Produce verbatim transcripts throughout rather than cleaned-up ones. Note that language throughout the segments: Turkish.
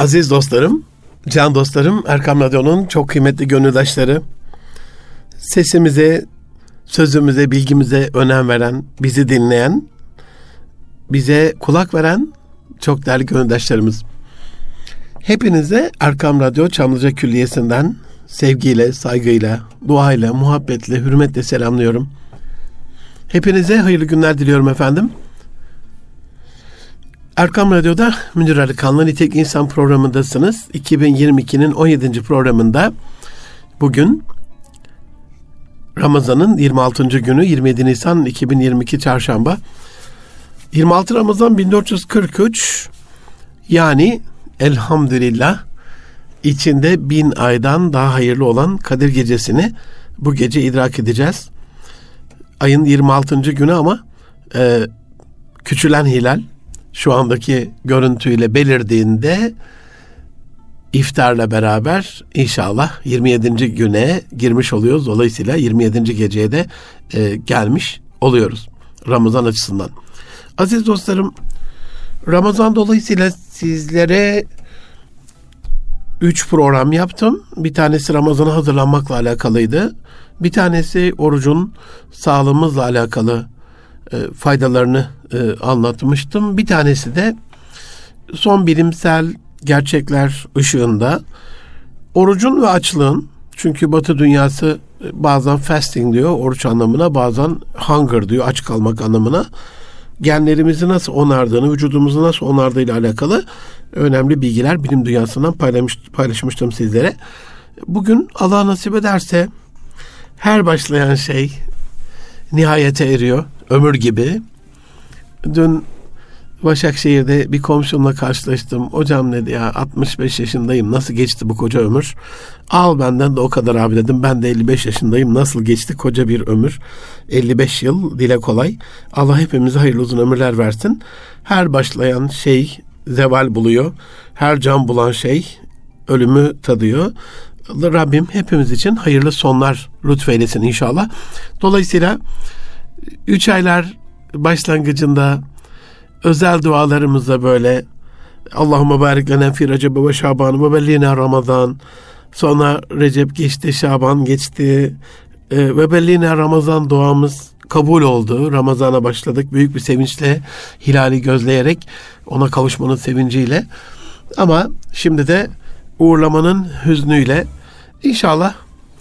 Aziz dostlarım, can dostlarım, Erkam Radyo'nun çok kıymetli gönüldaşları, sesimize, sözümüze, bilgimize önem veren, bizi dinleyen, bize kulak veren çok değerli gönüldaşlarımız. Hepinize Erkam Radyo Çamlıca Külliyesi'nden sevgiyle, saygıyla, duayla, muhabbetle, hürmetle selamlıyorum. Hepinize hayırlı günler diliyorum efendim. Erkam Radyo'da Münir Arıkan'la Nitek İnsan programındasınız. iki bin yirmi ikinin on yedinci programında bugün Ramazan'ın yirmi altıncı günü, yirmi yedi Nisan iki bin yirmi iki Çarşamba. yirmi altı Ramazan bin dört yüz kırk üç, yani elhamdülillah içinde bin aydan daha hayırlı olan Kadir Gecesi'ni bu gece idrak edeceğiz. Ayın yirmi altıncı günü ama e, küçülen hilal şu andaki görüntüyle belirdiğinde iftarla beraber inşallah yirmi yedinci güne girmiş oluyoruz. Dolayısıyla yirmi yedinci geceye de e, gelmiş oluyoruz Ramazan açısından. Aziz dostlarım, Ramazan dolayısıyla sizlere üç program yaptım. Bir tanesi Ramazan'a hazırlanmakla alakalıydı. Bir tanesi orucun sağlığımızla alakalı e, faydalarını e, anlatmıştım. Bir tanesi de son bilimsel gerçekler ışığında orucun ve açlığın, çünkü Batı dünyası bazen fasting diyor oruç anlamına, bazen hunger diyor aç kalmak anlamına, genlerimizi nasıl onardığını, vücudumuzu nasıl onardığıyla alakalı önemli bilgiler bilim dünyasından paylaşmış, paylaşmıştım sizlere. Bugün Allah nasip ederse her başlayan şey nihayete eriyor. Ömür gibi. Dün Başakşehir'de bir komşumla karşılaştım. Hocam dedi ya, altmış beş yaşındayım. Nasıl geçti bu koca ömür? Al benden de o kadar abi dedim. Ben de elli beş yaşındayım. Nasıl geçti koca bir ömür? elli beş yıl dile kolay. Allah hepimize hayırlı uzun ömürler versin. Her başlayan şey zeval buluyor. Her can bulan şey ölümü tadıyor. Rabbim hepimiz için hayırlı sonlar lütfeylesin inşallah. Dolayısıyla üç aylar başlangıcında özel dualarımızda böyle Allahümme barik lena fi Recep ve Şaban ve bellina Ramazan, sonra Recep geçti, Şaban geçti e, ve bellina Ramazan duamız kabul oldu. Ramazana başladık büyük bir sevinçle, hilali gözleyerek, ona kavuşmanın sevinciyle, ama şimdi de uğurlamanın hüznüyle inşallah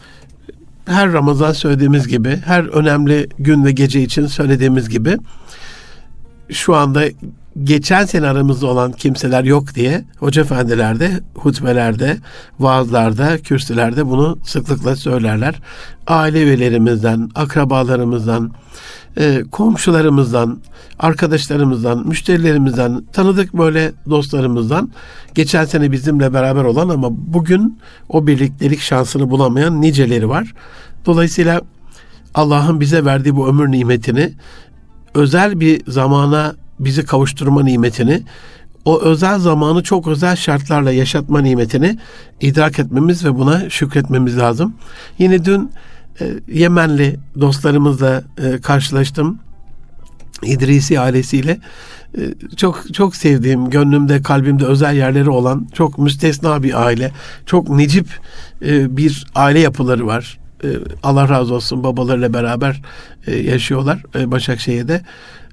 her Ramazan söylediğimiz gibi, her önemli gün ve gece için söylediğimiz gibi, şu anda geçen sene aramızda olan kimseler yok diye hoca efendilerde, hutbelerde, vaazlarda, kürsülerde bunu sıklıkla söylerler. Aile üyelerimizden, akrabalarımızdan, e, komşularımızdan, arkadaşlarımızdan, müşterilerimizden, tanıdık böyle dostlarımızdan, geçen sene bizimle beraber olan ama bugün o birliktelik şansını bulamayan niceleri var. Dolayısıyla Allah'ın bize verdiği bu ömür nimetini, özel bir zamana bizi kavuşturma nimetini, o özel zamanı çok özel şartlarla yaşatma nimetini idrak etmemiz ve buna şükretmemiz lazım. Yine dün e, Yemenli dostlarımızla e, karşılaştım. İdrisi ailesiyle. E, çok çok sevdiğim, gönlümde, kalbimde özel yerleri olan çok müstesna bir aile. Çok necip e, bir aile yapıları var. Allah razı olsun, babalarıyla beraber yaşıyorlar Başakşehir'de.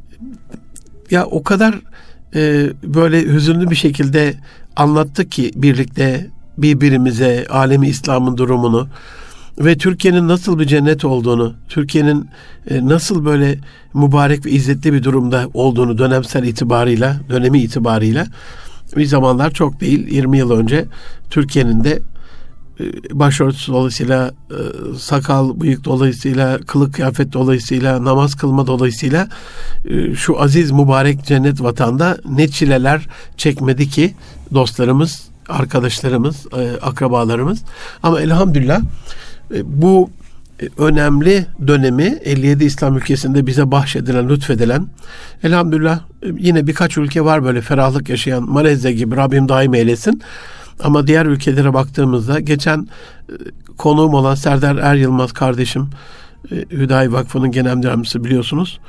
Ya o kadar böyle hüzünlü bir şekilde anlattık ki birlikte birbirimize alemi İslam'ın durumunu ve Türkiye'nin nasıl bir cennet olduğunu, Türkiye'nin nasıl böyle mübarek ve izzetli bir durumda olduğunu dönemsel itibarıyla, dönemi itibarıyla, bir zamanlar çok değil, yirmi yıl önce Türkiye'nin de başörtüsü dolayısıyla, sakal, bıyık dolayısıyla, kılık kıyafet dolayısıyla, namaz kılma dolayısıyla şu aziz mübarek cennet vatanda ne çileler çekmedi ki dostlarımız, arkadaşlarımız, akrabalarımız. Ama elhamdülillah bu önemli dönemi elli yedi İslam ülkesinde bize bahşedilen, lütfedilen, elhamdülillah yine birkaç ülke var böyle ferahlık yaşayan, Malezya gibi, Rabbim daim eylesin. Ama diğer ülkelere baktığımızda, geçen konuğum olan Serdar Er Yılmaz kardeşim, Hüdayi Vakfı'nın genel müdürü biliyorsunuz,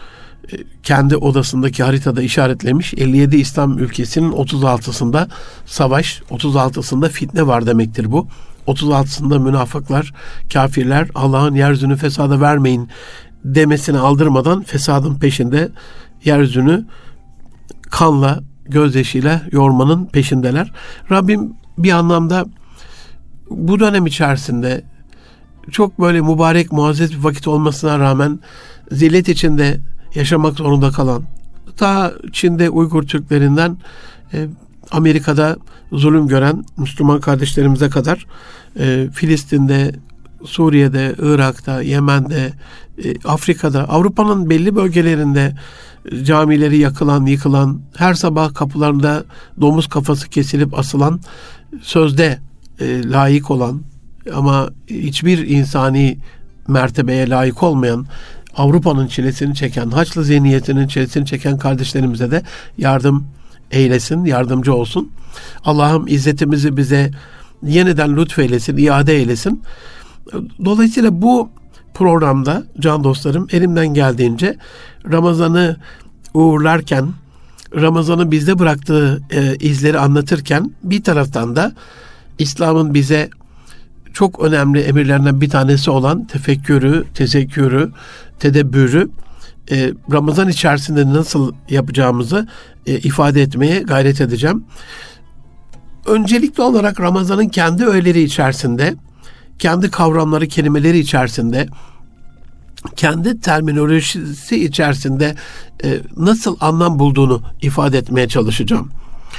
kendi odasındaki haritada işaretlemiş. elli yedi İslam ülkesinin otuz altısında savaş, otuz altısında fitne var demektir bu. otuz altısında münafıklar, kafirler Allah'ın yeryüzünü fesada vermeyin demesini aldırmadan fesadın peşinde, yeryüzünü kanla, gözyaşıyla yormanın peşindeler. Rabbim bir anlamda bu dönem içerisinde çok böyle mübarek, muazzez bir vakit olmasına rağmen zillet içinde yaşamak zorunda kalan, ta Çin'de Uygur Türklerinden e, Amerika'da zulüm gören Müslüman kardeşlerimize kadar e, Filistin'de, Suriye'de, Irak'ta, Yemen'de, e, Afrika'da, Avrupa'nın belli bölgelerinde camileri yakılan, yıkılan, her sabah kapılarında domuz kafası kesilip asılan, sözde e, layık olan ama hiçbir insani mertebeye layık olmayan, Avrupa'nın çilesini çeken, Haçlı zihniyetinin çilesini çeken kardeşlerimize de yardım eylesin, yardımcı olsun. Allah'ım izzetimizi bize yeniden lütfeylesin, iade eylesin. Dolayısıyla bu programda can dostlarım elimden geldiğince Ramazan'ı uğurlarken, Ramazan'ın bizde bıraktığı e, izleri anlatırken bir taraftan da İslam'ın bize çok önemli emirlerinden bir tanesi olan tefekkürü, tezekkürü, tedebbürü e, Ramazan içerisinde nasıl yapacağımızı e, ifade etmeye gayret edeceğim. Öncelikli olarak Ramazan'ın kendi öğeleri içerisinde, kendi kavramları, kelimeleri içerisinde, kendi terminolojisi içerisinde e, nasıl anlam bulduğunu ifade etmeye çalışacağım.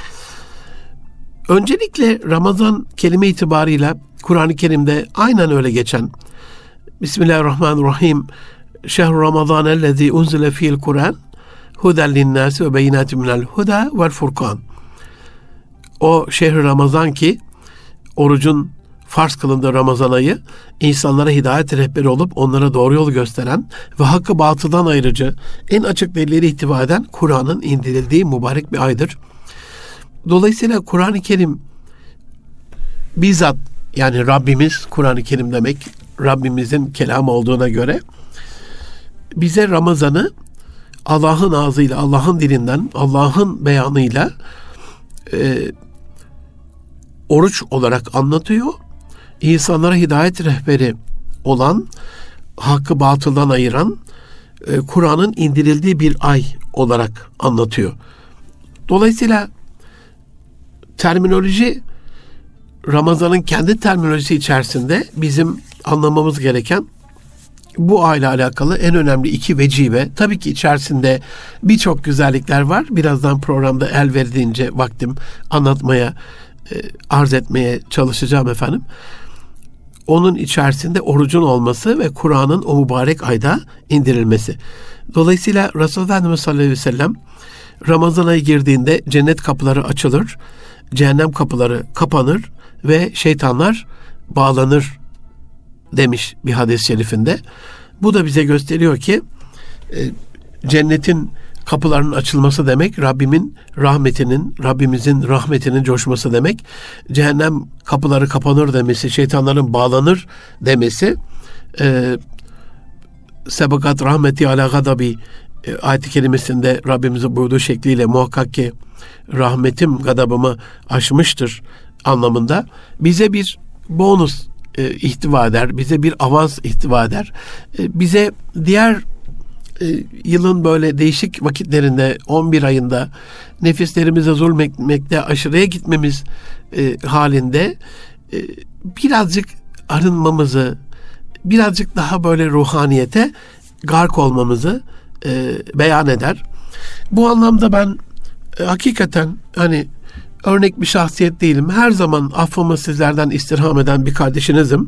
Öncelikle Ramazan kelime itibarıyla Kur'an-ı Kerim'de aynen öyle geçen Bismillahirrahmanirrahim Şehr Ramazan ellezî unzile fîl Kur'an huden linnâsi ve beyinâti minel huda vel furkan. O şehr-i Ramazan ki orucun farz kılındığı Ramazan ayı insanlara hidayet rehberi olup onlara doğru yol gösteren ve hakkı batıldan ayırıcı en açık delilleri ihtiva eden Kur'an'ın indirildiği mübarek bir aydır. Dolayısıyla Kur'an-ı Kerim bizzat, yani Rabbimiz, Kur'an-ı Kerim demek Rabbimizin kelamı olduğuna göre bize Ramazan'ı Allah'ın ağzıyla, Allah'ın dilinden, Allah'ın beyanıyla e, oruç olarak anlatıyor. İnsanlara hidayet rehberi olan, hakkı batıldan ayıran, e, Kur'an'ın indirildiği bir ay olarak anlatıyor. Dolayısıyla terminoloji, Ramazan'ın kendi terminolojisi içerisinde bizim anlamamız gereken bu ayla alakalı en önemli iki vecibe. Tabii ki içerisinde birçok güzellikler var. Birazdan programda el verdiğince vaktim anlatmaya, e, arz etmeye çalışacağım efendim. Onun içerisinde orucun olması ve Kur'an'ın o mübarek ayda indirilmesi. Dolayısıyla Resulullah Efendimiz sallallahu aleyhi ve sellem Ramazan ayı girdiğinde cennet kapıları açılır, cehennem kapıları kapanır ve şeytanlar bağlanır demiş bir hadis-i şerifinde. Bu da bize gösteriyor ki e, cennetin kapılarının açılması demek Rabbimin rahmetinin, Rabbimizin rahmetinin coşması demek. Cehennem kapıları kapanır demesi, şeytanların bağlanır demesi, e, sebakat rahmeti ala gadabi e, ayet-i kerimesinde Rabbimizin buyurduğu şekliyle muhakkak ki rahmetim gadabımı aşmıştır anlamında bize bir bonus e, ihtiva eder, bize bir avans ihtiva eder. E, bize diğer e, yılın böyle değişik vakitlerinde, on bir ayında nefislerimize zulmetmekte, aşırıya gitmemiz e, halinde e, birazcık arınmamızı, birazcık daha böyle ruhaniyete gark olmamızı e, beyan eder. Bu anlamda ben e, hakikaten hani örnek bir şahsiyet değilim. Her zaman affımı sizlerden istirham eden bir kardeşinizim.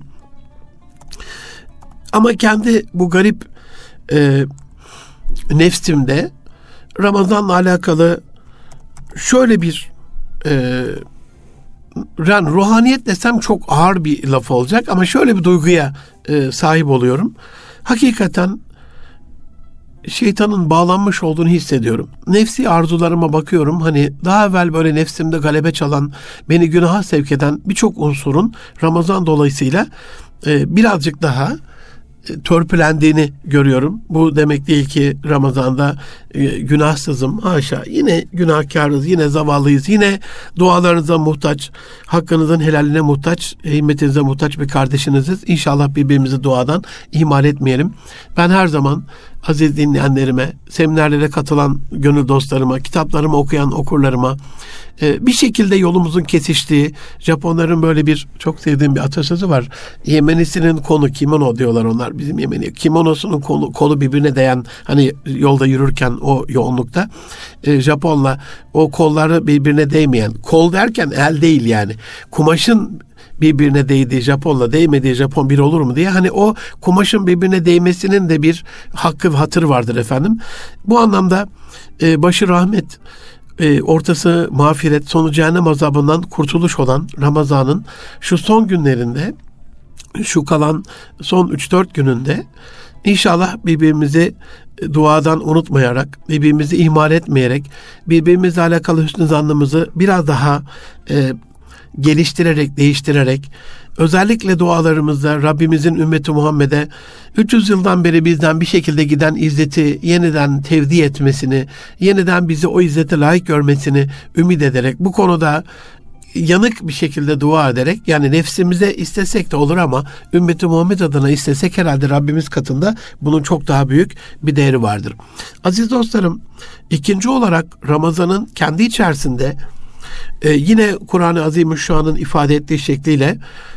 Ama kendi bu garip e, nefsimde Ramazan'la alakalı şöyle bir e, yani ruhaniyet desem çok ağır bir laf olacak ama şöyle bir duyguya e, sahip oluyorum. Hakikaten şeytanın bağlanmış olduğunu hissediyorum. Nefsi arzularıma bakıyorum. Hani daha evvel böyle nefsimde galebe çalan, beni günaha sevk eden birçok unsurun Ramazan dolayısıyla e, birazcık daha törpülendiğini görüyorum. Bu demek değil ki Ramazan'da e, günahsızım. Haşa. Yine günahkarız, yine zavallıyız, yine dualarınıza muhtaç, hakkınızın helaline muhtaç, himmetinize muhtaç bir kardeşiniziz. İnşallah birbirimizi duadan ihmal etmeyelim. Ben her zaman aziz dinleyenlerime, seminerlere katılan gönül dostlarıma, kitaplarımı okuyan okurlarıma, bir şekilde yolumuzun kesiştiği, Japonların böyle bir çok sevdiğim bir atasözü var. Yemenisinin konu kimono diyorlar onlar. Bizim Yemeni kimonosunun kolu, kolu birbirine değen, hani yolda yürürken o yoğunlukta e, Japonla o kolları birbirine değmeyen, kol derken el değil yani, kumaşın birbirine değdiği Japonla değmediği Japon bir olur mu diye, hani o kumaşın birbirine değmesinin de bir hakkı ve hatırı vardır efendim. Bu anlamda e, başı rahmet, e, ortası mağfiret, sonu cehennem azabından kurtuluş olan Ramazan'ın şu son günlerinde, şu kalan son üç dört gününde İnşallah birbirimizi duadan unutmayarak, birbirimizi ihmal etmeyerek, birbirimizle alakalı hüsnü zannımızı biraz daha e, geliştirerek, değiştirerek, özellikle dualarımızda Rabbimizin ümmeti Muhammed'e üç yüz yıldan beri bizden bir şekilde giden izzeti yeniden tevdi etmesini, yeniden bizi o izzete layık görmesini ümit ederek, bu konuda yanık bir şekilde dua ederek, yani nefsimize istesek de olur ama ümmeti Muhammed adına istesek herhalde Rabbimiz katında bunun çok daha büyük bir değeri vardır. Aziz dostlarım, ikinci olarak Ramazan'ın kendi içerisinde e, yine Kur'an-ı Azimüşşan'ın ifade ettiği şekliyle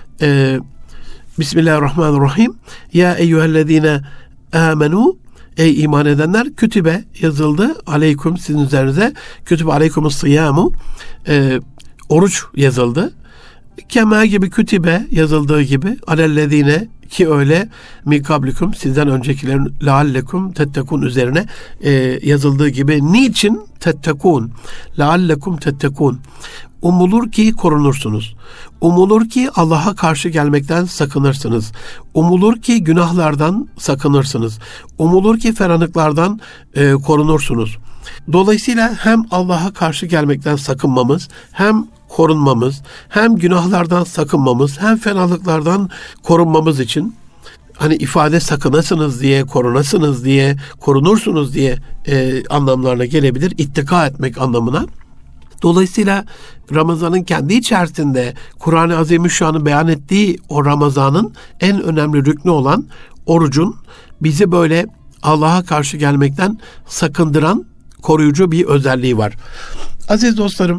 e, Bismillahirrahmanirrahim. Ya eyyühellezine amenu, ey iman edenler, kütübe yazıldı, aleyküm sizin üzerinize, kütübe aleykumus sıyamu, e, oruç yazıldı. Kema gibi kütübe yazıldığı gibi alellezine, ki öyle min kablikum sizden öncekilerin leallekum tettekun üzerine e, yazıldığı gibi. Niçin tettekun? Leallekum tettekun. Umulur ki korunursunuz. Umulur ki Allah'a karşı gelmekten sakınırsınız. Umulur ki günahlardan sakınırsınız. Umulur ki feranlıklardan e, korunursunuz. Dolayısıyla hem Allah'a karşı gelmekten sakınmamız, hem korunmamız, hem günahlardan sakınmamız, hem fenalıklardan korunmamız için, hani ifade sakınasınız diye, korunasınız diye, korunursunuz diye e, anlamlarına gelebilir. İttika etmek anlamına. Dolayısıyla Ramazan'ın kendi içerisinde Kur'an-ı Azimüşşan'ın beyan ettiği o Ramazan'ın en önemli rüknü olan orucun bizi böyle Allah'a karşı gelmekten sakındıran koruyucu bir özelliği var. Aziz dostlarım,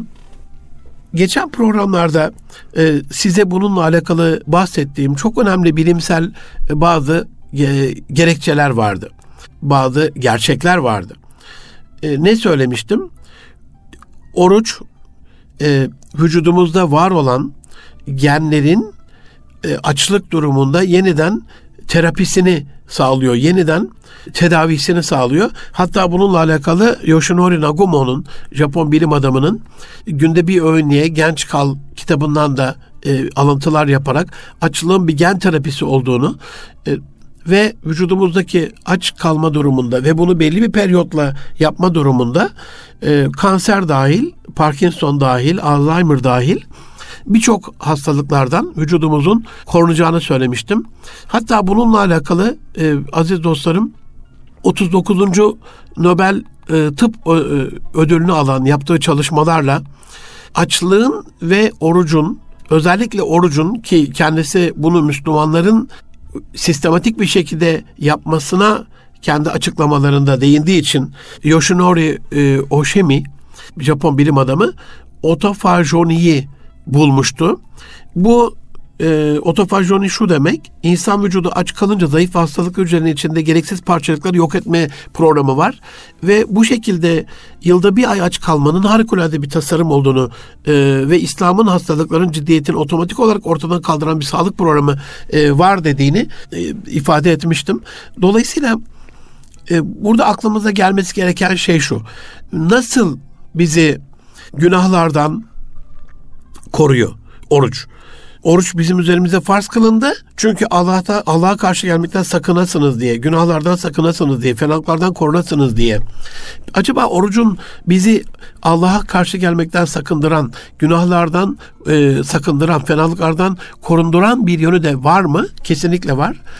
geçen programlarda e, size bununla alakalı bahsettiğim çok önemli bilimsel e, bazı e, gerekçeler vardı. Bazı gerçekler vardı. E, ne söylemiştim? Oruç, e, vücudumuzda var olan genlerin e, açlık durumunda yeniden terapisini sağlıyor, yeniden tedavisini sağlıyor. Hatta bununla alakalı Yoshinori Nagumo'nun, Japon bilim adamının Günde Bir Öğünlüğe Genç Kal kitabından da e, alıntılar yaparak açlığın bir gen terapisi olduğunu e, ve vücudumuzdaki aç kalma durumunda ve bunu belli bir periyotla yapma durumunda e, kanser dahil, Parkinson dahil, Alzheimer dahil birçok hastalıklardan vücudumuzun korunacağını söylemiştim. Hatta bununla alakalı e, aziz dostlarım, otuz dokuzuncu Nobel e, Tıp e, ödülünü alan yaptığı çalışmalarla açlığın ve orucun, özellikle orucun, ki kendisi bunu Müslümanların sistematik bir şekilde yapmasına kendi açıklamalarında değindiği için, Yoshinori e, Oshimi, Japon bilim adamı, otofajoniyi bulmuştu. Bu e, otofajoni şu demek: insan vücudu aç kalınca zayıf ve hastalık hücrelerinin içinde gereksiz parçacıkları yok etme programı var ve bu şekilde yılda bir ay aç kalmanın harikulade bir tasarım olduğunu e, ve İslam'ın hastalıkların ciddiyetini otomatik olarak ortadan kaldıran bir sağlık programı e, var dediğini e, ifade etmiştim. Dolayısıyla e, burada aklımıza gelmesi gereken şey şu: nasıl bizi günahlardan koruyor oruç? Oruç bizim üzerimize farz kılındı. Çünkü Allah'ta Allah'a karşı gelmekten sakınasınız diye, günahlardan sakınasınız diye, fenalıklardan korunasınız diye. Acaba orucun bizi Allah'a karşı gelmekten sakındıran, günahlardan e, sakındıran, fenalıklardan korunduran bir yönü de var mı? Kesinlikle var.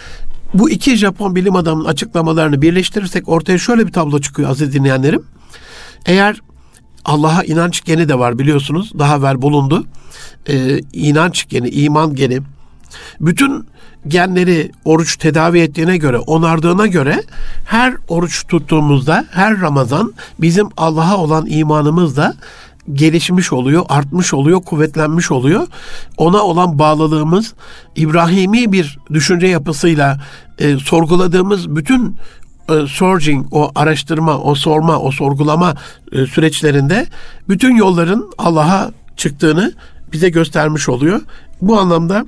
Bu iki Japon bilim adamının açıklamalarını birleştirirsek ortaya şöyle bir tablo çıkıyor aziz dinleyenlerim. Eğer Allah'a inanç geni de var biliyorsunuz. Daha evvel bulundu. Ee, inanç geni, iman geni. Bütün genleri oruç tedavi ettiğine göre, onardığına göre her oruç tuttuğumuzda, her Ramazan bizim Allah'a olan imanımız da gelişmiş oluyor, artmış oluyor, kuvvetlenmiş oluyor. Ona olan bağlılığımız İbrahimi bir düşünce yapısıyla e, sorguladığımız bütün e, searching, o araştırma, o sorma, o sorgulama e, süreçlerinde bütün yolların Allah'a çıktığını bize göstermiş oluyor. Bu anlamda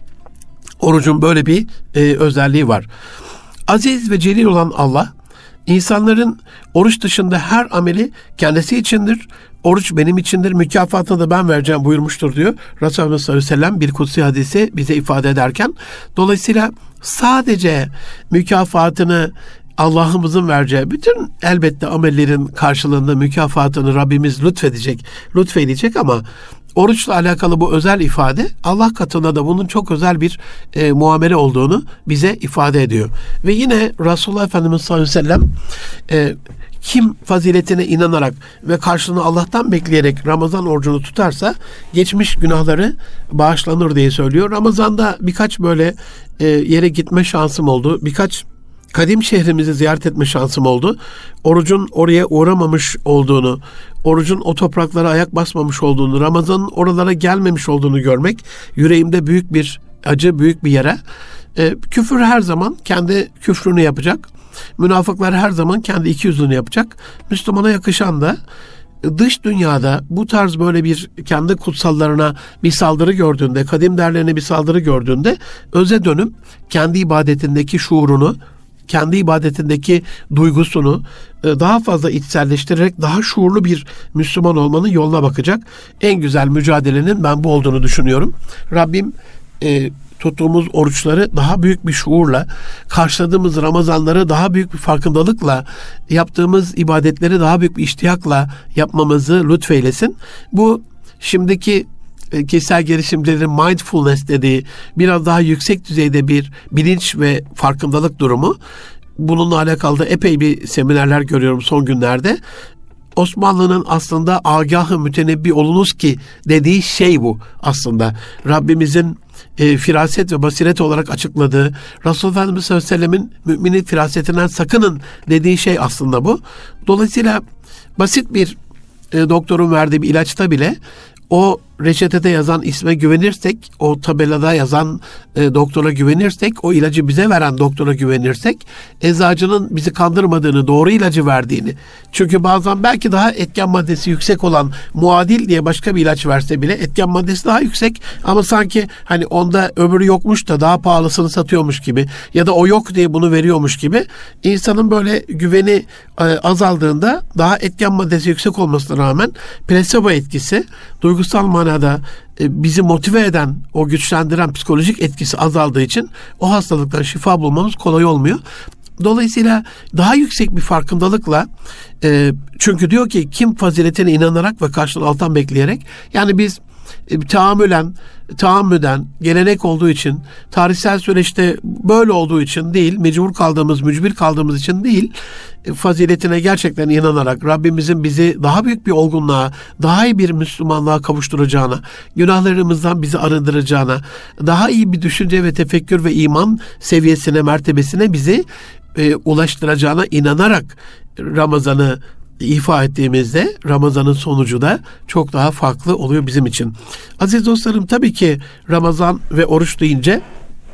orucun böyle bir e, özelliği var. Aziz ve celil olan Allah, insanların oruç dışında her ameli kendisi içindir. Oruç benim içindir, mükafatını da ben vereceğim buyurmuştur diyor. Resulullah sallallahu aleyhi ve sellem bir kutsi hadisi bize ifade ederken. Dolayısıyla sadece mükafatını Allah'ımızın vereceği bütün elbette amellerin karşılığında mükafatını Rabbimiz lütfedecek, lütfedecek ama oruçla alakalı bu özel ifade Allah katında da bunun çok özel bir e, muamele olduğunu bize ifade ediyor. Ve yine Resulullah Efendimiz sallallahu aleyhi ve sellem e, kim faziletine inanarak ve karşılığını Allah'tan bekleyerek Ramazan orucunu tutarsa geçmiş günahları bağışlanır diye söylüyor. Ramazan'da birkaç böyle e, yere gitme şansım oldu. Birkaç kadim şehrimizi ziyaret etme şansım oldu. Orucun oraya uğramamış olduğunu, orucun o topraklara ayak basmamış olduğunu, Ramazan'ın oralara gelmemiş olduğunu görmek yüreğimde büyük bir acı, büyük bir yara. E, küfür her zaman kendi küfrünü yapacak. Münafıklar her zaman kendi ikiyüzlülüğünü yapacak. Müslümana yakışan da dış dünyada bu tarz böyle bir kendi kutsallarına bir saldırı gördüğünde, kadim değerlerine bir saldırı gördüğünde öze dönüp kendi ibadetindeki şuurunu, kendi ibadetindeki duygusunu daha fazla içselleştirerek daha şuurlu bir Müslüman olmanın yoluna bakacak. En güzel mücadelenin ben bu olduğunu düşünüyorum. Rabbim e, tuttuğumuz oruçları daha büyük bir şuurla, karşıladığımız Ramazanları daha büyük bir farkındalıkla, yaptığımız ibadetleri daha büyük bir iştiyakla yapmamızı lütfeylesin. Bu şimdiki kişisel gelişimcilerin mindfulness dediği biraz daha yüksek düzeyde bir bilinç ve farkındalık durumu. Bununla alakalı da epey bir seminerler görüyorum son günlerde. Osmanlı'nın aslında agah-ı mütenebbi olunuz ki dediği şey bu aslında. Rabbimizin e, firaset ve basiret olarak açıkladığı, Resulullah Efendimiz sallallahu aleyhi ve sellemin müminin firasetinden sakının dediği şey aslında bu. Dolayısıyla basit bir e, doktorun verdiği bir ilaçta bile o reçetede yazan isme güvenirsek, o tabelada yazan e, doktora güvenirsek, o ilacı bize veren doktora güvenirsek, eczacının bizi kandırmadığını, doğru ilacı verdiğini, çünkü bazen belki daha etken maddesi yüksek olan muadil diye başka bir ilaç verse bile etken maddesi daha yüksek ama sanki hani onda öbürü yokmuş da daha pahalısını satıyormuş gibi ya da o yok diye bunu veriyormuş gibi insanın böyle güveni e, azaldığında daha etken maddesi yüksek olmasına rağmen plasebo etkisi, duygusal manada da bizi motive eden, o güçlendiren psikolojik etkisi azaldığı için o hastalıktan şifa bulmamız kolay olmuyor. Dolayısıyla daha yüksek bir farkındalıkla e, çünkü diyor ki kim faziletine inanarak ve karşılığını alttan bekleyerek, yani biz e, tahammülen, tahammüden, gelenek olduğu için, tarihsel süreçte böyle olduğu için değil, mecbur kaldığımız, mücbir kaldığımız için değil, e, faziletine gerçekten inanarak Rabbimizin bizi daha büyük bir olgunluğa, daha iyi bir Müslümanlığa kavuşturacağına, günahlarımızdan bizi arındıracağına, daha iyi bir düşünce ve tefekkür ve iman seviyesine, mertebesine bizi e, ulaştıracağına inanarak Ramazan'ı ifa ettiğimizde Ramazan'ın sonucu da çok daha farklı oluyor bizim için. Aziz dostlarım, tabii ki Ramazan ve oruç deyince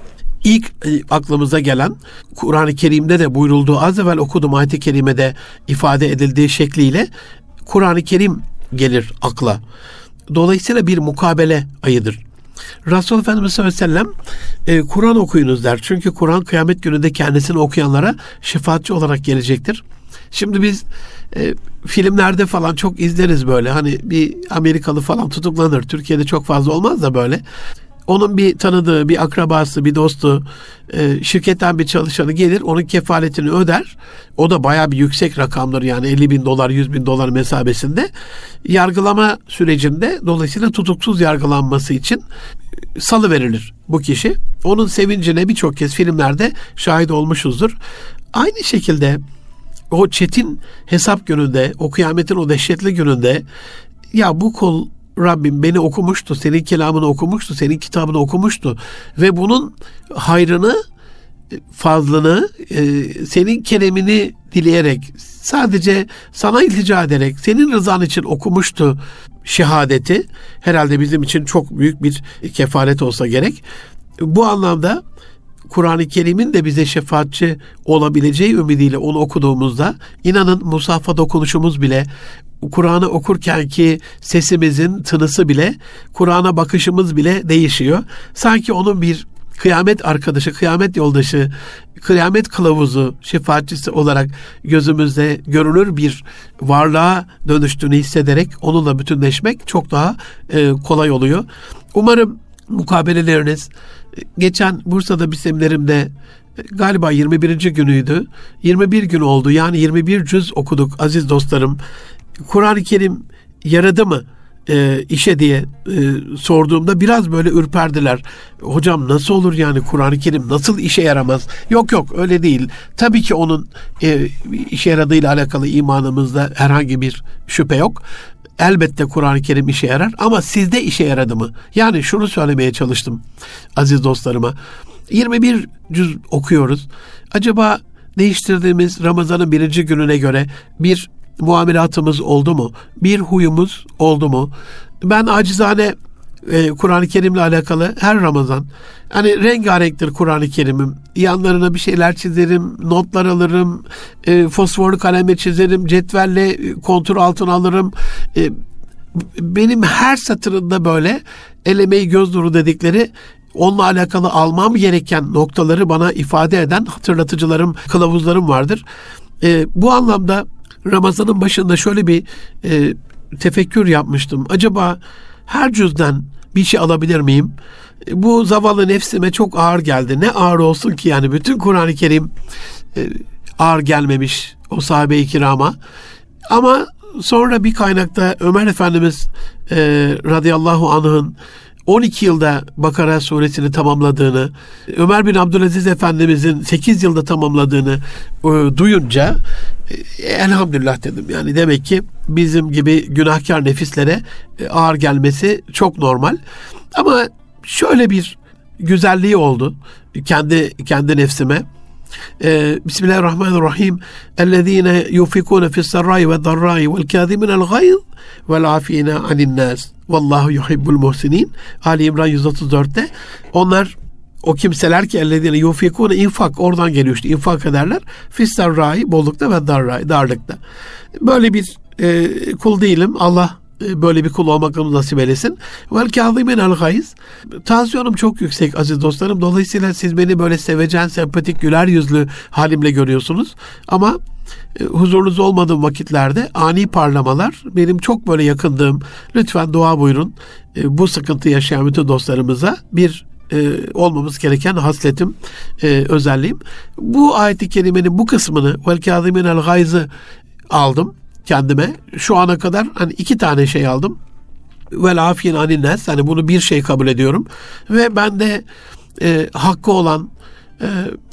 ilk aklımıza gelen, Kur'an-ı Kerim'de de buyurulduğu, az evvel okuduğum ayet-i kerimede ifade edildiği şekliyle Kur'an-ı Kerim gelir akla. Dolayısıyla bir mukabele ayıdır. Resulullah Efendimiz sallallahu aleyhi ve sellem e, Kur'an okuyunuz der. Çünkü Kur'an kıyamet gününde kendisini okuyanlara şefaatçi olarak gelecektir. Şimdi biz e, filmlerde falan çok izleriz böyle. Hani bir Amerikalı falan tutuklanır. Türkiye'de çok fazla olmaz da böyle. Onun bir tanıdığı, bir akrabası, bir dostu, e, şirketten bir çalışanı gelir, onun kefaletini öder. O da bayağı bir yüksek rakamdır, yani elli bin dolar, yüz bin dolar mesabesinde. Yargılama sürecinde dolayısıyla tutuksuz yargılanması için salıverilir bu kişi. Onun sevincine birçok kez filmlerde şahit olmuşuzdur. Aynı şekilde o çetin hesap gününde, o kıyametin o dehşetli gününde, ya bu kul Rabbim beni okumuştu, senin kelamını okumuştu, senin kitabını okumuştu ve bunun hayrını, fazlını, senin keremini dileyerek, sadece sana iltica ederek, senin rızan için okumuştu şehadeti. Herhalde bizim için çok büyük bir kefaret olsa gerek. Bu anlamda Kur'an-ı Kerim'in de bize şefaatçi olabileceği ümidiyle onu okuduğumuzda, inanın mushafa dokunuşumuz bile, Kur'an'ı okurken ki sesimizin tınısı bile, Kur'an'a bakışımız bile değişiyor. Sanki onun bir kıyamet arkadaşı, kıyamet yoldaşı, kıyamet kılavuzu, şefaatçisi olarak gözümüzde görünür bir varlığa dönüştüğünü hissederek onunla bütünleşmek çok daha e, kolay oluyor. Umarım mukabeleleriniz, geçen Bursa'da bir seminerimde galiba yirmi birinci günüydü. yirmi bir gün oldu. Yani yirmi bir cüz okuduk aziz dostlarım. Kur'an-ı Kerim yaradı mı e, işe diye e, sorduğumda biraz böyle ürperdiler. Hocam nasıl olur yani, Kur'an-ı Kerim nasıl işe yaramaz? Yok yok, öyle değil. Tabii ki onun e, işe yaradığıyla alakalı imanımızda herhangi bir şüphe yok. Elbette Kur'an-ı Kerim işe yarar ama sizde işe yaradı mı? Yani şunu söylemeye çalıştım aziz dostlarıma. yirmi bir cüz okuyoruz. Acaba değiştirdiğimiz Ramazan'ın birinci gününe göre bir muamelatımız oldu mu? Bir huyumuz oldu mu? Ben acizane e, Kur'an-ı Kerim'le alakalı her Ramazan, hani rengarenktir Kur'an-ı Kerim'im. Yanlarına bir şeyler çizerim, notlar alırım, e, fosforlu kalemle çizerim, cetvelle kontur altına alırım. E, benim her satırında böyle el emeği göz nuru dedikleri, onunla alakalı almam gereken noktaları bana ifade eden hatırlatıcılarım, kılavuzlarım vardır. E, bu anlamda Ramazan'ın başında şöyle bir e, tefekkür yapmıştım. Acaba her cüzden bir şey alabilir miyim? E, bu zavallı nefsime çok ağır geldi. Ne ağır olsun ki yani, bütün Kur'an-ı Kerim e, ağır gelmemiş o sahabe-i kirama. Ama sonra bir kaynakta Ömer Efendimiz e, radıyallahu anh'ın on iki yılda Bakara suresini tamamladığını, Ömer bin Abdülaziz Efendimizin sekiz yılda tamamladığını e, duyunca e, elhamdülillah dedim. Yani demek ki bizim gibi günahkar nefislere e, ağır gelmesi çok normal. Ama şöyle bir güzelliği oldu kendi kendi nefsime. Ee, Bismillahirrahmanirrahim. Ellezine yufikune fi's-serrai ve'd-darrai ve'l-kâziminel gayz ve'l-afîne anin-nâs. Vallahu yuhibbul muhsinin. Ali İmran yüz otuz dörtte. Onlar o kimseler ki ellezine yufikune, infak oradan geliyor işte, infak ederler. Fi's-serrai, bollukta, ve darrai, darlıkta. Böyle bir e, kul değilim. Allah böyle bir kul olmakla nasip eylesin. Vel kâziminel gayz. Tansiyonum çok yüksek aziz dostlarım. Dolayısıyla siz beni böyle sevecen, sempatik, güler yüzlü halimle görüyorsunuz. Ama e, huzurunuz olmadığım vakitlerde ani parlamalar benim çok böyle yakındığım. Lütfen dua buyurun. E, bu sıkıntı yaşayan bütün dostlarımıza bir e, olmamız gereken hasletim, e, özelliğim. Bu ayet-i kerimenin bu kısmını, vel kâziminel gayz'ı aldım kendime. Şu ana kadar hani iki tane şey aldım. Vel afîn anin-nâs. Hani bunu bir şey kabul ediyorum. Ve ben de e, hakkı olan, e,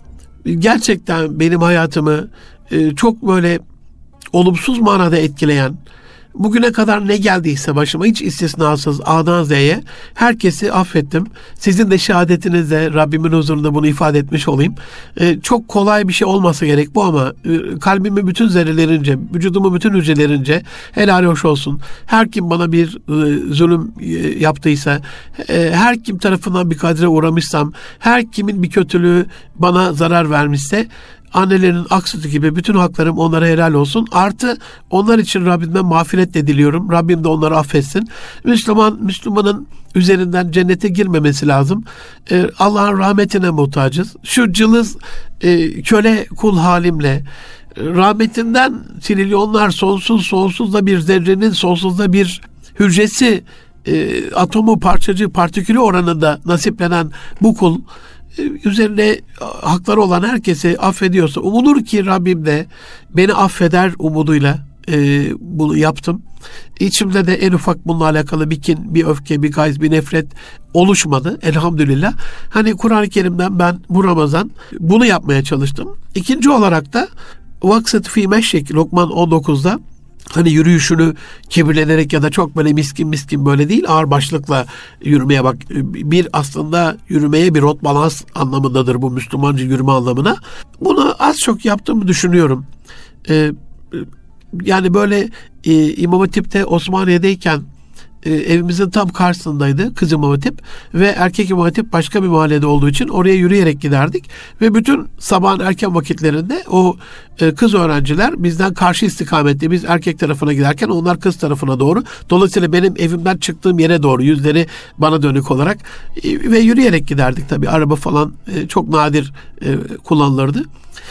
gerçekten benim hayatımı e, çok böyle olumsuz manada etkileyen, bugüne kadar ne geldiyse başıma hiç istisnasız A'dan Z'ye herkesi affettim. Sizin de şehadetinizle Rabbimin huzurunda bunu ifade etmiş olayım. Ee, çok kolay bir şey olmasa gerek bu ama e, kalbimin bütün zerrelerince, vücudumun bütün hücrelerince helal hoş olsun. Her kim bana bir e, zulüm e, yaptıysa, e, her kim tarafından bir kadre uğramışsam, her kimin bir kötülüğü bana zarar vermişse, annelerin ak sütü gibi bütün haklarım onlara helal olsun. Artı onlar için Rabbimden mağfiret de diliyorum. Rabbim de onları affetsin. Müslüman, Müslümanın üzerinden cennete girmemesi lazım. Ee, Allah'ın rahmetine muhtacız. Şu cılız e, köle kul halimle rahmetinden trilyonlar, sonsuz sonsuz da bir zerrenin sonsuz da bir hücresi, e, atomu, parçacığı, partikülü oranında nasiplenen bu kul üzerine hakları olan herkesi affediyorsa, umulur ki Rabbim de beni affeder umuduyla e, bunu yaptım. İçimde de en ufak bununla alakalı bir kin, bir öfke, bir gayz, bir nefret oluşmadı elhamdülillah. Hani Kur'an-ı Kerim'den ben bu Ramazan bunu yapmaya çalıştım. İkinci olarak da vaksat fî meşşek Lokman on dokuzda hani yürüyüşünü kibirlenerek ya da çok böyle miskin miskin böyle değil, ağır başlıkla yürümeye bak. Bir aslında yürümeye bir rot balans anlamındadır bu, Müslümanca yürüme anlamına. Bunu az çok yaptığımı düşünüyorum. Ee, yani böyle e, İmam Hatip'te Osmaniye'deyken e, evimizin tam karşısındaydı kız İmam Hatip ve erkek İmam Hatip başka bir mahallede olduğu için oraya yürüyerek giderdik ve bütün sabahın erken vakitlerinde o e, kız öğrenciler bizden karşı istikamette, biz erkek tarafına giderken onlar kız tarafına doğru, dolayısıyla benim evimden çıktığım yere doğru yüzleri bana dönük olarak e, ve yürüyerek giderdik. Tabii araba falan e, çok nadir e, kullanılırdı.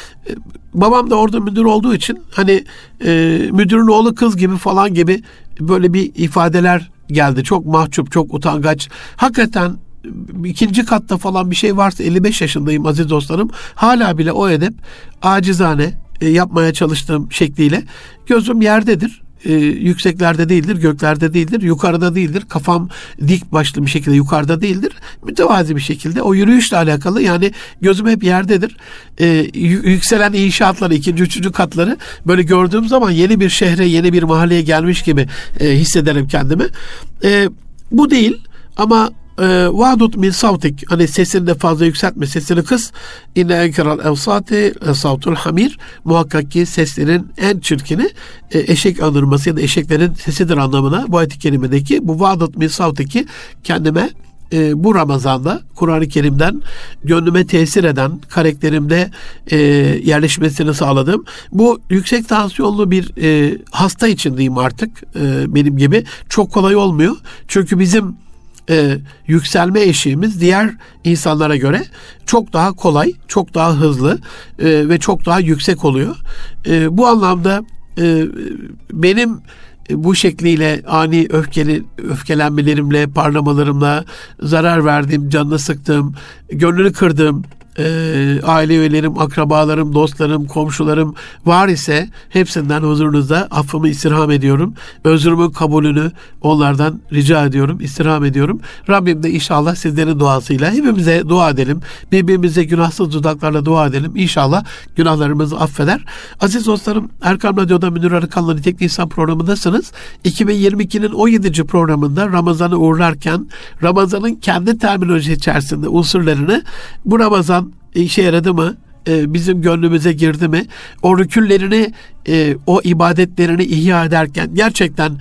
Babam da orada müdür olduğu için hani e, müdürün oğlu kız gibi falan gibi böyle bir ifadeler geldi. Çok mahcup, çok utangaç. Hakikaten ikinci katta falan bir şey varsa, elli beş yaşındayım aziz dostlarım. Hala bile o edep acizane e, yapmaya çalıştığım şekliyle gözüm yerdedir. Ee, yükseklerde değildir, göklerde değildir, yukarıda değildir. Kafam dik başlı bir şekilde yukarıda değildir. Mütevazi bir şekilde o yürüyüşle alakalı, yani gözüm hep yerdedir. Ee, yükselen inşaatları, ikinci, üçüncü katları böyle gördüğüm zaman yeni bir şehre, yeni bir mahalleye gelmiş gibi e, hissederim kendimi. E, bu değil ama vadut min savtik, hani sesini de fazla yükseltme, sesini kıs. İnne enkeral evsati savtul hamir, muhakkak ki seslerin en çirkini e, eşek anırması ya da eşeklerin sesidir anlamına bu ayet-i kerimedeki bu vadut min savtiki kendime e, bu Ramazan'da Kur'an-ı Kerim'den gönlüme tesir eden, karakterimde e, yerleşmesini sağladım. Bu yüksek tansiyonlu bir e, hasta için diyeyim artık, e, benim gibi çok kolay olmuyor. Çünkü bizim Ee, yükselme eşiğimiz diğer insanlara göre çok daha kolay, çok daha hızlı e, ve çok daha yüksek oluyor. E, bu anlamda e, benim e, bu şekliyle ani öfkeli öfkelenmelerimle, parlamalarımla zarar verdiğim, canını sıktığım, gönlünü kırdığım e, aile üyelerim, akrabalarım, dostlarım, komşularım var ise hepsinden huzurunuzda affımı istirham ediyorum. Özrümün kabulünü onlardan rica ediyorum, istirham ediyorum. Rabbim de inşallah sizlerin duasıyla hepimize dua edelim. Birbirimize günahsız dudaklarla dua edelim. İnşallah günahlarımızı affeder. Aziz dostlarım, Erkam Radyo'da Münir Arıkan'la Nitekli İnsan programındasınız. iki bin yirmi ikinin on yedinci programında Ramazan'ı uğurlarken Ramazan'ın kendi terminoloji içerisinde unsurlarını, bu Ramazan işe yaradı mı? Ee, bizim gönlümüze girdi mi? O rükünlerini, e, o ibadetlerini ihya ederken gerçekten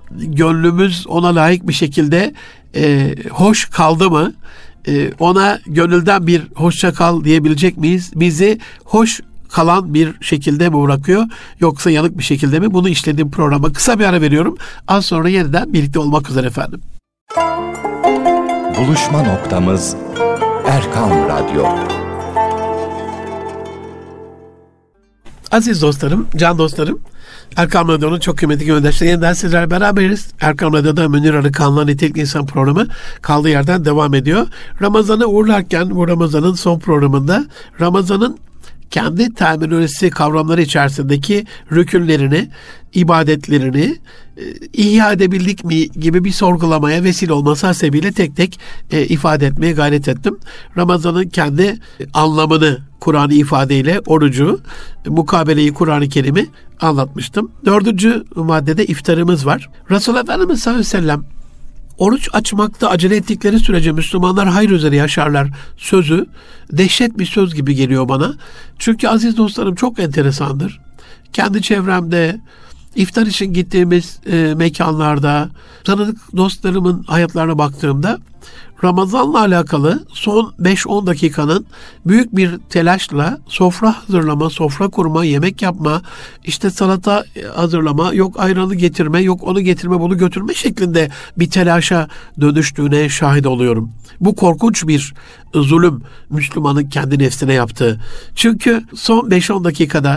gönlümüz ona layık bir şekilde e, hoş kaldı mı? E, ona gönülden bir hoşça kal diyebilecek miyiz? Bizi hoş kalan bir şekilde mi bırakıyor, yoksa yanık bir şekilde mi? Bunu işlediğim programa kısa bir ara veriyorum. Az sonra yeniden birlikte olmak üzere efendim. Buluşma noktamız Erkam Radyo. Aziz dostlarım, can dostlarım, Erkam Radyo'nun çok kıymetli gönderişleri, yeniden sizlerle beraberiz. Erkam Radyo'da Münir Arıkan'la Nitekli İnsan programı kaldığı yerden devam ediyor. Ramazan'ı uğurlarken bu Ramazan'ın son programında Ramazan'ın kendi terminolojisi, kavramları içerisindeki rükünlerini, ibadetlerini e, ihya edebildik mi gibi bir sorgulamaya vesile olması hasebiyle tek tek e, ifade etmeye gayret ettim. Ramazan'ın kendi anlamını Kur'an'ı ifadeyle orucu, mukabeleyi, Kur'an-ı Kerim'i anlatmıştım. Dördüncü maddede iftarımız var. Resulullah Efendimiz sallallahu aleyhi ve sellem oruç açmakta acele ettikleri sürece Müslümanlar hayır üzere yaşarlar sözü dehşet bir söz gibi geliyor bana. Çünkü aziz dostlarım çok enteresandır. Kendi çevremde, iftar için gittiğimiz e, mekanlarda, tanıdık dostlarımın hayatlarına baktığımda Ramazan'la alakalı son beş on dakikanın büyük bir telaşla sofra hazırlama, sofra kurma, yemek yapma, işte salata hazırlama, yok ayranı getirme, yok onu getirme, bunu götürme şeklinde bir telaşa dönüştüğüne şahit oluyorum. Bu korkunç bir zulüm Müslümanın kendi nefsine yaptığı. Çünkü son beş on dakikada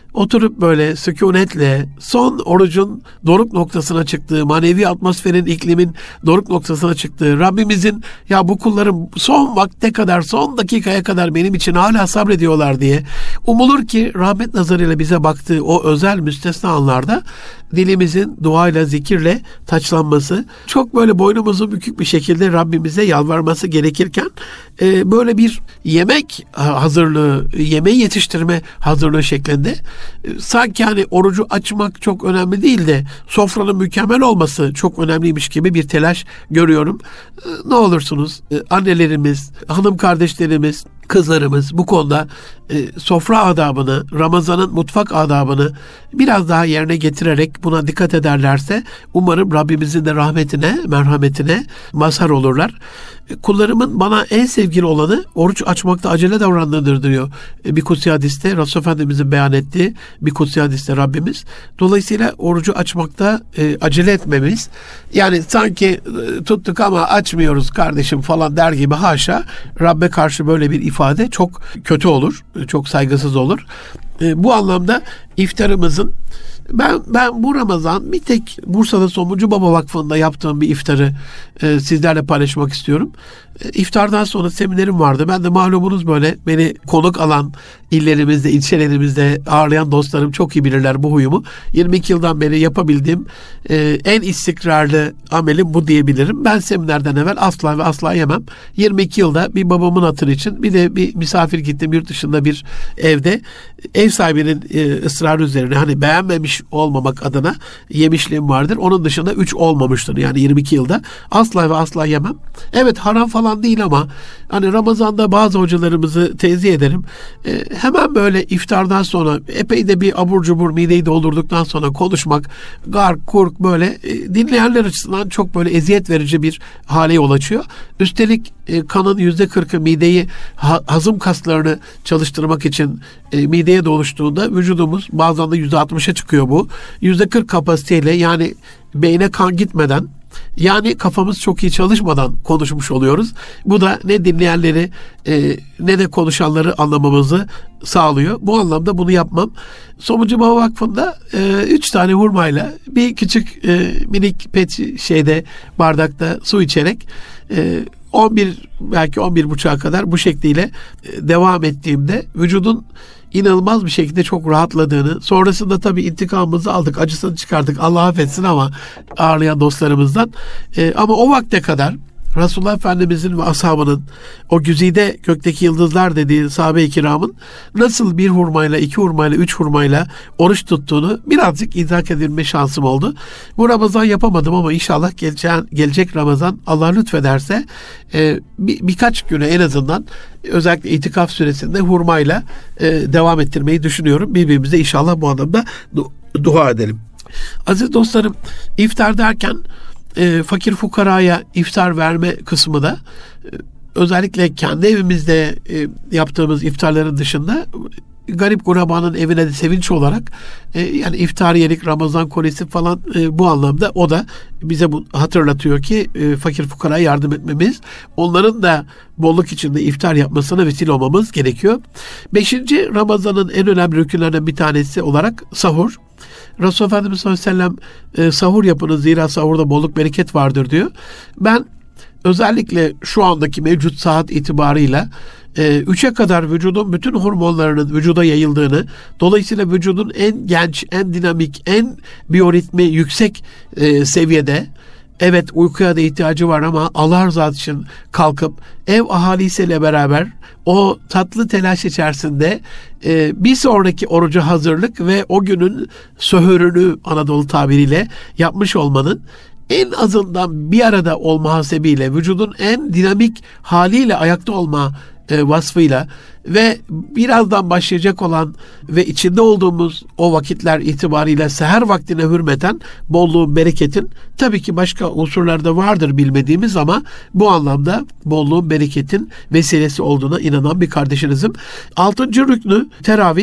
oturup böyle sükunetle son orucun doruk noktasına çıktığı, manevi atmosferin, iklimin doruk noktasına çıktığı, Rabbimizin ya bu kullarım son vakte kadar, son dakikaya kadar benim için hala sabrediyorlar diye umulur ki rahmet nazarıyla bize baktığı o özel müstesna anlarda dilimizin duayla, zikirle taçlanması, çok böyle boynumuzu bükük bir şekilde Rabbimize yalvarması gerekirken e, böyle bir yemek hazırlığı, yemeği yetiştirme hazırlığı şeklinde e, sanki hani orucu açmak çok önemli değil de sofranın mükemmel olması çok önemliymiş gibi bir telaş görüyorum. E, ne olursunuz e, annelerimiz, hanım kardeşlerimiz, kızlarımız bu konuda e, sofra adabını, Ramazan'ın mutfak adabını biraz daha yerine getirerek buna dikkat ederlerse umarım Rabbimizin de rahmetine, merhametine mazhar olurlar. E, kullarımın bana en sevgili olanı oruç açmakta acele davrandığıdır diyor. E, bir kutsi hadiste, Resulullah Efendimiz'in beyan ettiği bir kutsi hadiste Rabbimiz. Dolayısıyla orucu açmakta e, acele etmemiz, yani sanki e, tuttuk ama açmıyoruz kardeşim falan der gibi, haşa, Rabbe karşı böyle bir ifade çok kötü olur, çok saygısız olur. E, bu anlamda iftarımızın ben ben bu Ramazan bir tek Bursa'da Somuncu Baba Vakfı'nda yaptığım bir iftarı e, sizlerle paylaşmak istiyorum. E, iftardan sonra seminerim vardı. Ben de malumunuz böyle beni konuk alan illerimizde, ilçelerimizde ağırlayan dostlarım çok iyi bilirler bu huyumu. yirmi iki yıldan beri yapabildiğim e, en istikrarlı amelim bu diyebilirim. Ben seminerden evvel asla ve asla yemem. yirmi iki yılda bir babamın hatırı için, bir de bir misafir gittim yurt dışında bir evde. Ev sahibinin e, ısrarı üzerine hani beğenmemiş olmamak adına yemişliğim vardır. Onun dışında üç olmamıştır. Yani yirmi iki yılda asla ve asla yemem. Evet, haram falan değil ama hani Ramazan'da bazı hocalarımızı tenzih ederim. E, hemen böyle iftardan sonra epey de bir abur cubur mideyi doldurduktan sonra konuşmak, gar kurk böyle e, dinleyenler açısından çok böyle eziyet verici bir hale yol açıyor. Üstelik e, kanın yüzde kırkı mideyi, ha, hazım kaslarını çalıştırmak için e, mideye doluştuğunda vücudumuz bazen de yüzde altmışa çıkıyor bu. yüzde kırk kapasiteyle, yani beyne kan gitmeden, yani kafamız çok iyi çalışmadan konuşmuş oluyoruz. Bu da ne dinleyenleri e, ne de konuşanları anlamamızı sağlıyor. Bu anlamda bunu yapmam. Somuncu Baba Vakfı'nda e, üç tane hurmayla bir küçük e, minik pet şeyde bardakta su içerek e, on bir belki on bir buçuğa kadar bu şekliyle e, devam ettiğimde vücudun inanılmaz bir şekilde çok rahatladığını, sonrasında tabii intikamımızı aldık, acısını çıkardık, Allah affetsin ama ağırlayan dostlarımızdan. E, ama o vakte kadar Resulullah Efendimizin ve ashabının, o güzide gökteki yıldızlar dediği sahabe-i kiramın nasıl bir hurmayla, iki hurmayla, üç hurmayla oruç tuttuğunu birazcık idrak edilme şansım oldu. Bu Ramazan yapamadım ama inşallah geleceğin, gelecek Ramazan Allah lütfederse e, bir, birkaç güne en azından, özellikle itikaf süresinde hurmayla e, devam ettirmeyi düşünüyorum. Birbirimize inşallah bu anlamda du- dua edelim. Aziz dostlarım, iftar derken E, fakir fukaraya iftar verme kısmı da e, özellikle kendi evimizde e, yaptığımız iftarların dışında garip gurabanın evine de sevinç olarak e, yani iftariyelik, Ramazan kolisi falan e, bu anlamda o da bize bu hatırlatıyor ki e, fakir fukaraya yardım etmemiz, onların da bolluk içinde iftar yapmasına vesile olmamız gerekiyor. Beşinci Ramazan'ın en önemli rükünlerinden bir tanesi olarak sahur. Resulullah Efendimiz sallallahu aleyhi ve sellem e, sahur yapınız zira sahurda bolluk bereket vardır diyor. Ben özellikle şu andaki mevcut saat itibarıyla e, üçe kadar vücudun bütün hormonlarının vücuda yayıldığını, dolayısıyla vücudun en genç, en dinamik, en biyoritmi yüksek e, seviyede, evet uykuya da ihtiyacı var ama Allah rızası için kalkıp ev ahalisiyle beraber o tatlı telaş içerisinde e, bir sonraki oruca hazırlık ve o günün söhürünü Anadolu tabiriyle yapmış olmanın, en azından bir arada olma hasebiyle vücudun en dinamik haliyle ayakta olma e, vasfıyla ve birazdan başlayacak olan ve içinde olduğumuz o vakitler itibariyle seher vaktine hürmeten bolluğun, bereketin, tabii ki başka unsurlarda vardır bilmediğimiz ama bu anlamda bolluğun, bereketin vesilesi olduğuna inanan bir kardeşinizim. Altıncı rüknü teravih.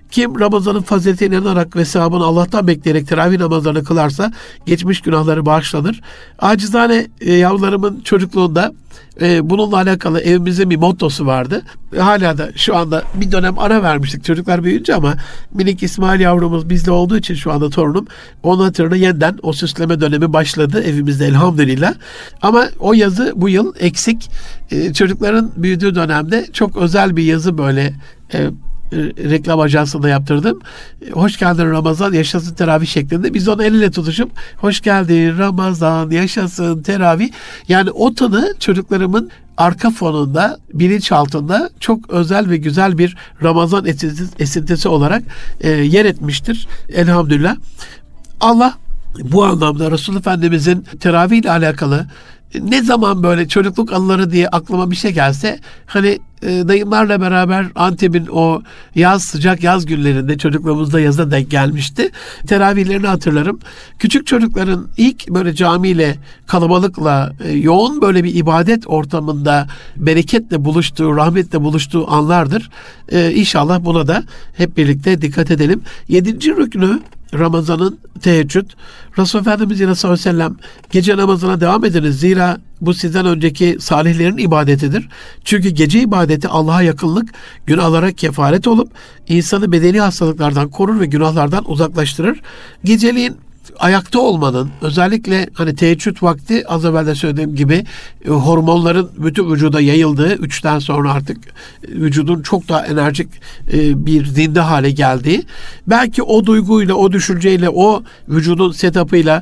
Kim Ramazan'ın faziletine inanarak ve sevabını Allah'tan bekleyerek teravih namazlarını kılarsa geçmiş günahları bağışlanır. Acizane e, yavrularımın çocukluğunda e, bununla alakalı evimizin bir mottosu vardı. E, hala da şu anda bir dönem ara vermiştik çocuklar büyüyünce ama minik İsmail yavrumuz bizde olduğu için şu anda torunum onun hatırına yeniden o süsleme dönemi başladı evimizde elhamdülillah. Ama o yazı bu yıl eksik. E, çocukların büyüdüğü dönemde çok özel bir yazı böyle e, reklam ajansında yaptırdım. Hoş geldin Ramazan, yaşasın teravih şeklinde. Biz onu el ele tutuşup hoş geldin Ramazan, yaşasın teravih. Yani o tanı çocuklarımın arka fonunda, bilinçaltında çok özel ve güzel bir Ramazan esintisi olarak e, yer etmiştir. Elhamdülillah. Allah bu anlamda Resulullah Efendimizin teravih ile alakalı ne zaman böyle çocukluk anıları diye aklıma bir şey gelse hani e, dayımlarla beraber Antep'in o yaz sıcak yaz günlerinde çocukluğumuzda yaza denk gelmişti. Teravihlerini hatırlarım. Küçük çocukların ilk böyle camiyle kalabalıkla e, yoğun böyle bir ibadet ortamında bereketle buluştuğu, rahmetle buluştuğu anlardır. E, İnşallah buna da hep birlikte dikkat edelim. Yedinci rüknü Ramazan'ın teheccüd. Resulullah Efendimiz yine sallallahu aleyhi ve sellem gece namazına devam ediniz. Zira bu sizden önceki salihlerin ibadetidir. Çünkü gece ibadeti Allah'a yakınlık, günahlara kefaret olup insanı bedeni hastalıklardan korur ve günahlardan uzaklaştırır. Geceliğin ayakta olmanın özellikle hani teheccüd vakti az evvel de söylediğim gibi e, hormonların bütün vücuda yayıldığı üçten sonra artık e, vücudun çok daha enerjik e, bir zinde hale geldiği belki o duyguyla o düşünceyle o vücudun setup'ıyla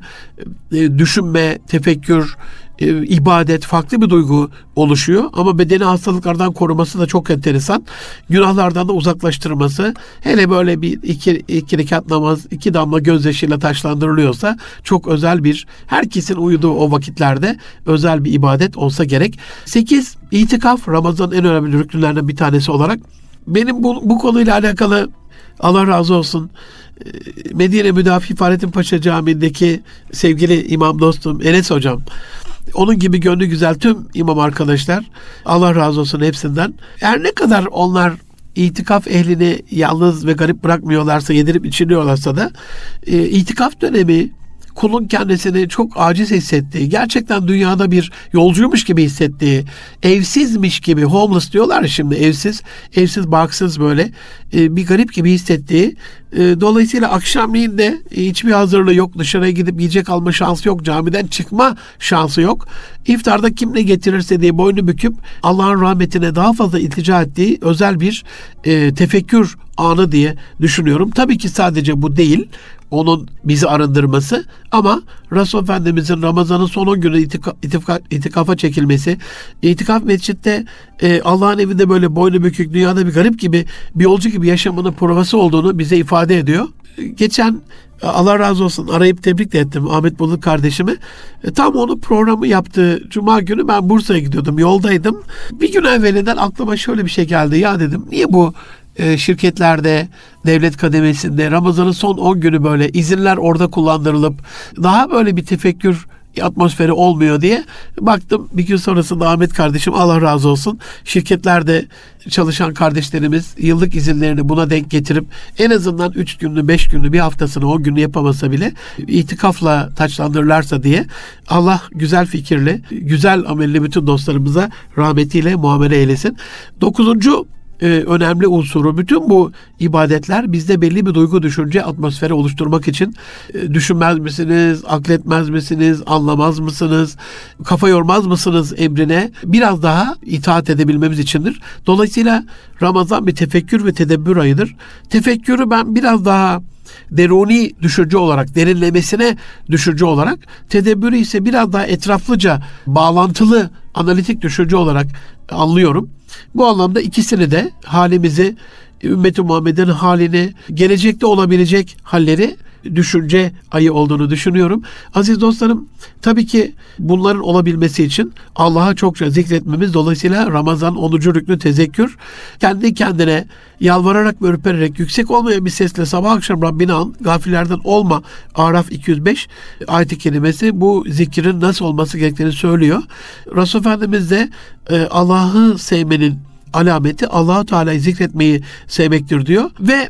e, düşünme, tefekkür, e, ibadet farklı bir duygu oluşuyor ama bedeni hastalıklardan koruması da çok enteresan. Günahlardan da uzaklaştırması hele böyle bir iki, iki rekat namaz iki damla gözyaşıyla taşlandırılıyorsa çok özel bir herkesin uyuduğu o vakitlerde özel bir ibadet olsa gerek. sekiz İtikaf Ramazan'ın en önemli rükünlerinden bir tanesi olarak benim bu, bu konuyla alakalı Allah razı olsun Medine Müdafi Fahrettin Paşa Camii'ndeki sevgili imam dostum Enes hocam, onun gibi gönlü güzel tüm imam arkadaşlar, Allah razı olsun hepsinden. Her ne kadar onlar itikaf ehlini yalnız ve garip bırakmıyorlarsa, yedirip içiriyorlarsa da e, itikaf dönemi kulun kendisini çok aciz hissettiği, gerçekten dünyada bir yolcuymuş gibi hissettiği, evsizmiş gibi, homeless diyorlar ya şimdi, evsiz, evsiz, barksız böyle e, bir garip gibi hissettiği, e, dolayısıyla akşamleyin de hiçbir hazırlığı yok, dışarıya gidip yiyecek alma şansı yok, camiden çıkma şansı yok. İftarda kim ne getirirse diye boynu büküp Allah'ın rahmetine daha fazla iltica ettiği özel bir e, tefekkür anı diye düşünüyorum. Tabii ki sadece bu değil, onun bizi arındırması ama Resulullah Efendimizin Ramazan'ın son on günü itika, itika, itikafa çekilmesi, itikaf mescitte e, Allah'ın evinde böyle boynu bükük, dünyada bir garip gibi, bir yolcu gibi yaşamanın provası olduğunu bize ifade ediyor. Geçen Allah razı olsun arayıp tebrik de ettim Ahmet Bulut kardeşimi. E, tam onun programı yaptığı Cuma günü ben Bursa'ya gidiyordum, yoldaydım. Bir gün evvelinden aklıma şöyle bir şey geldi. Ya dedim, niye bu e, şirketlerde, devlet kademesinde Ramazan'ın son on günü böyle izinler orada kullandırılıp daha böyle bir tefekkür atmosferi olmuyor diye baktım. Bir gün sonrasında Ahmet kardeşim Allah razı olsun şirketlerde çalışan kardeşlerimiz yıllık izinlerini buna denk getirip en azından üç günlü, beş günlü, bir haftasını, on günlü yapamasa bile itikafla taçlandırırlarsa diye Allah güzel fikirli, güzel amelli bütün dostlarımıza rahmetiyle muamele eylesin. Dokuzuncu Ee, önemli unsuru, bütün bu ibadetler bizde belli bir duygu, düşünce atmosferi oluşturmak için e, düşünmez misiniz, akletmez misiniz, anlamaz mısınız, kafa yormaz mısınız emrine biraz daha itaat edebilmemiz içindir. Dolayısıyla Ramazan bir tefekkür ve tedebbür ayıdır. Tefekkürü ben biraz daha deruni düşünce olarak, derinlemesine düşünce olarak, tedebbürü ise biraz daha etraflıca, bağlantılı, analitik düşünce olarak anlıyorum. Bu anlamda ikisini de, halimizi, Ümmet-i Muhammed'in halini, gelecekte olabilecek halleri düşünce ayı olduğunu düşünüyorum. Aziz dostlarım, tabii ki bunların olabilmesi için Allah'a çokça zikretmemiz, dolayısıyla Ramazan onuncu rüknü tezekkür. Kendi kendine yalvararak ve ürpererek yüksek olmayan bir sesle sabah akşam Rabbini an, gafillerden olma. Araf iki yüz beş ayet-i kerimesi bu zikrin nasıl olması gerektiğini söylüyor. Resulullah Efendimiz de e, Allah'ı sevmenin alameti Allah-u Teala'yı zikretmeyi sevmektir diyor ve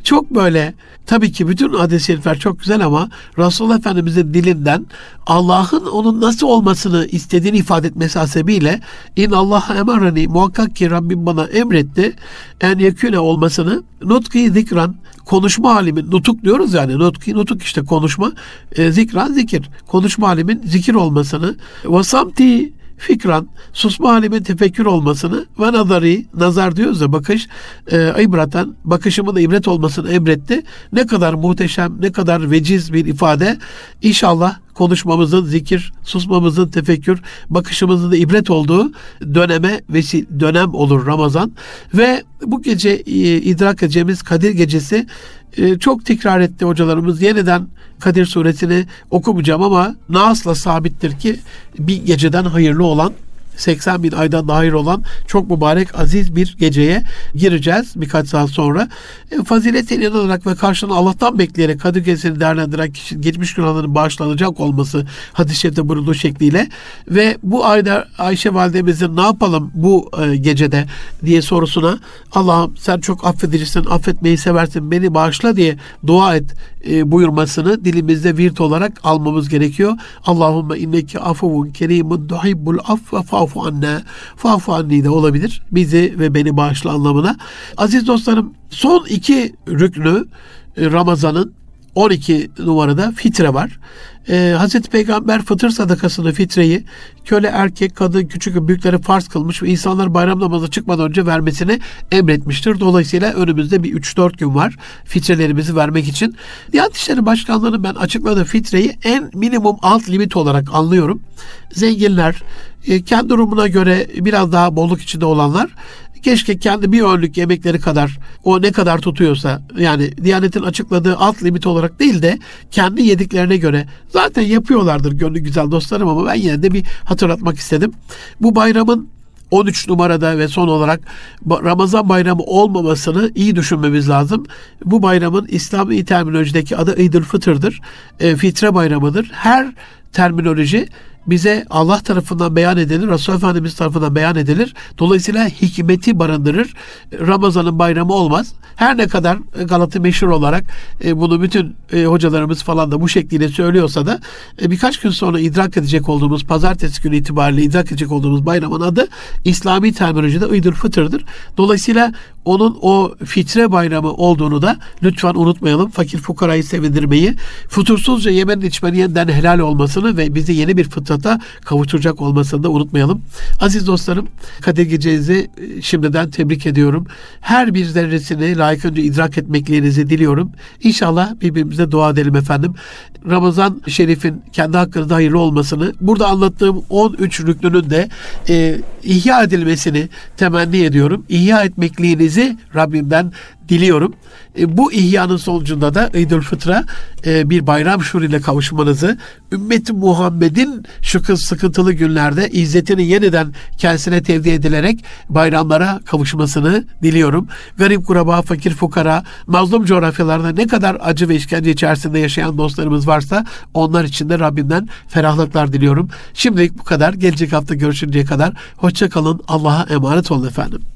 çok böyle, tabii ki bütün hadis-i şerifler çok güzel ama Resulullah Efendimiz'in dilinden Allah'ın onun nasıl olmasını istediğini ifade etmesi hasebiyle in Allah emarani, muhakkak ki Rabbim bana emretti en yekûne olmasını, nutki zikran, konuşma halimin, nutuk diyoruz yani, nutki nutuk işte konuşma, e, zikran zikir, konuşma halimin zikir olmasını, ve samti fikran, susma halimin tefekkür olmasını, ve nazari, nazar diyoruz ya bakış, e, ibratan, bakışımın da ibret olmasını emretti. Ne kadar muhteşem, ne kadar veciz bir ifade. İnşallah konuşmamızın zikir, susmamızın tefekkür, bakışımızın da ibret olduğu döneme vesil dönem olur Ramazan. Ve bu gece e, idrak edeceğimiz Kadir Gecesi, e, çok tekrar etti hocalarımız. Yeniden Kadir Suresini okumayacağım ama Nas'la sabittir ki bir geceden hayırlı olan, seksen bin aydan daha hayır olan çok mübarek, aziz bir geceye gireceğiz birkaç saat sonra. E, fazilete inanarak ve karşılığını Allah'tan bekleyerek Kadir Gecesi'ni değerlendiren kişinin geçmiş günahlarının bağışlanacak olması hadis-i şerifte buyurulduğu şekliyle ve bu ayda Ayşe validemizin ne yapalım bu e, gecede diye sorusuna, Allah'ım sen çok affedicisin, affetmeyi seversin, beni bağışla diye dua et e, buyurmasını dilimizde virt olarak almamız gerekiyor. Allahümme inneki afuvun kerimun duhibbul affe fa'fu anne, fa'fu anni de olabilir. Bizi ve beni bağışla anlamına. Aziz dostlarım, son iki rüknü Ramazan'ın on iki numarada fitre var. Ee, Hazreti Peygamber fıtır sadakasını, fitreyi köle, erkek, kadın, küçük, büyüklere farz kılmış ve insanlar bayram namazına çıkmadan önce vermesini emretmiştir. Dolayısıyla önümüzde bir üç dört gün var fitrelerimizi vermek için. Diyanet İşleri Başkanlığı'nın ben açıkladığı fitreyi en minimum alt limit olarak anlıyorum. Zenginler, kendi durumuna göre biraz daha bolluk içinde olanlar keşke kendi bir öğünlük yemekleri kadar, o ne kadar tutuyorsa, yani Diyanet'in açıkladığı alt limit olarak değil de kendi yediklerine göre zaten yapıyorlardır gönlü güzel dostlarım, ama ben yine de bir hatırlatmak istedim. Bu bayramın on üç numarada ve son olarak Ramazan bayramı olmamasını iyi düşünmemiz lazım. Bu bayramın İslami terminolojideki adı İdül Fıtır'dır. E, fitre bayramıdır. Her terminoloji bize Allah tarafından beyan edilir, Resulullah Efendimiz tarafından beyan edilir. Dolayısıyla hikmeti barındırır. Ramazan'ın bayramı olmaz. Her ne kadar Galata meşhur olarak e, bunu bütün e, hocalarımız falan da bu şekliyle söylüyorsa da e, birkaç gün sonra idrak edecek olduğumuz, pazartesi günü itibariyle idrak edecek olduğumuz bayramın adı İslami terminolojide İdül Fıtır'dır. Dolayısıyla onun o fitre bayramı olduğunu da lütfen unutmayalım. Fakir fukarayı sevindirmeyi, futursuzca yemenin içmenin yeniden helal olmasını ve bizi yeni bir fıtrata kavuşturacak olmasını da unutmayalım. Aziz dostlarım, Kadir Gecenizi şimdiden tebrik ediyorum. Her bir zerresini layıkınca idrak etmeklerinizi diliyorum. İnşallah birbirimize dua edelim efendim. Ramazan Şerif'in kendi hakkınızda hayırlı olmasını, burada anlattığım on üç rüknünün de e, ihya edilmesini temenni ediyorum. İhya etmekliğinizi Rabbimden diliyorum. E, bu ihyanın sonucunda da İdül Fıtr'a e, bir bayram şuuruyla kavuşmanızı, ümmeti Muhammed'in şu kız sıkıntılı günlerde izzetini yeniden kendisine tevdi edilerek bayramlara kavuşmasını diliyorum. Garip, kuraba, fakir, fukara, mazlum coğrafyalarda ne kadar acı ve işkence içerisinde yaşayan dostlarımız varsa onlar için de Rabbimden ferahlıklar diliyorum. Şimdilik bu kadar. Gelecek hafta görüşünceye kadar hoşça kalın. Allah'a emanet olun efendim.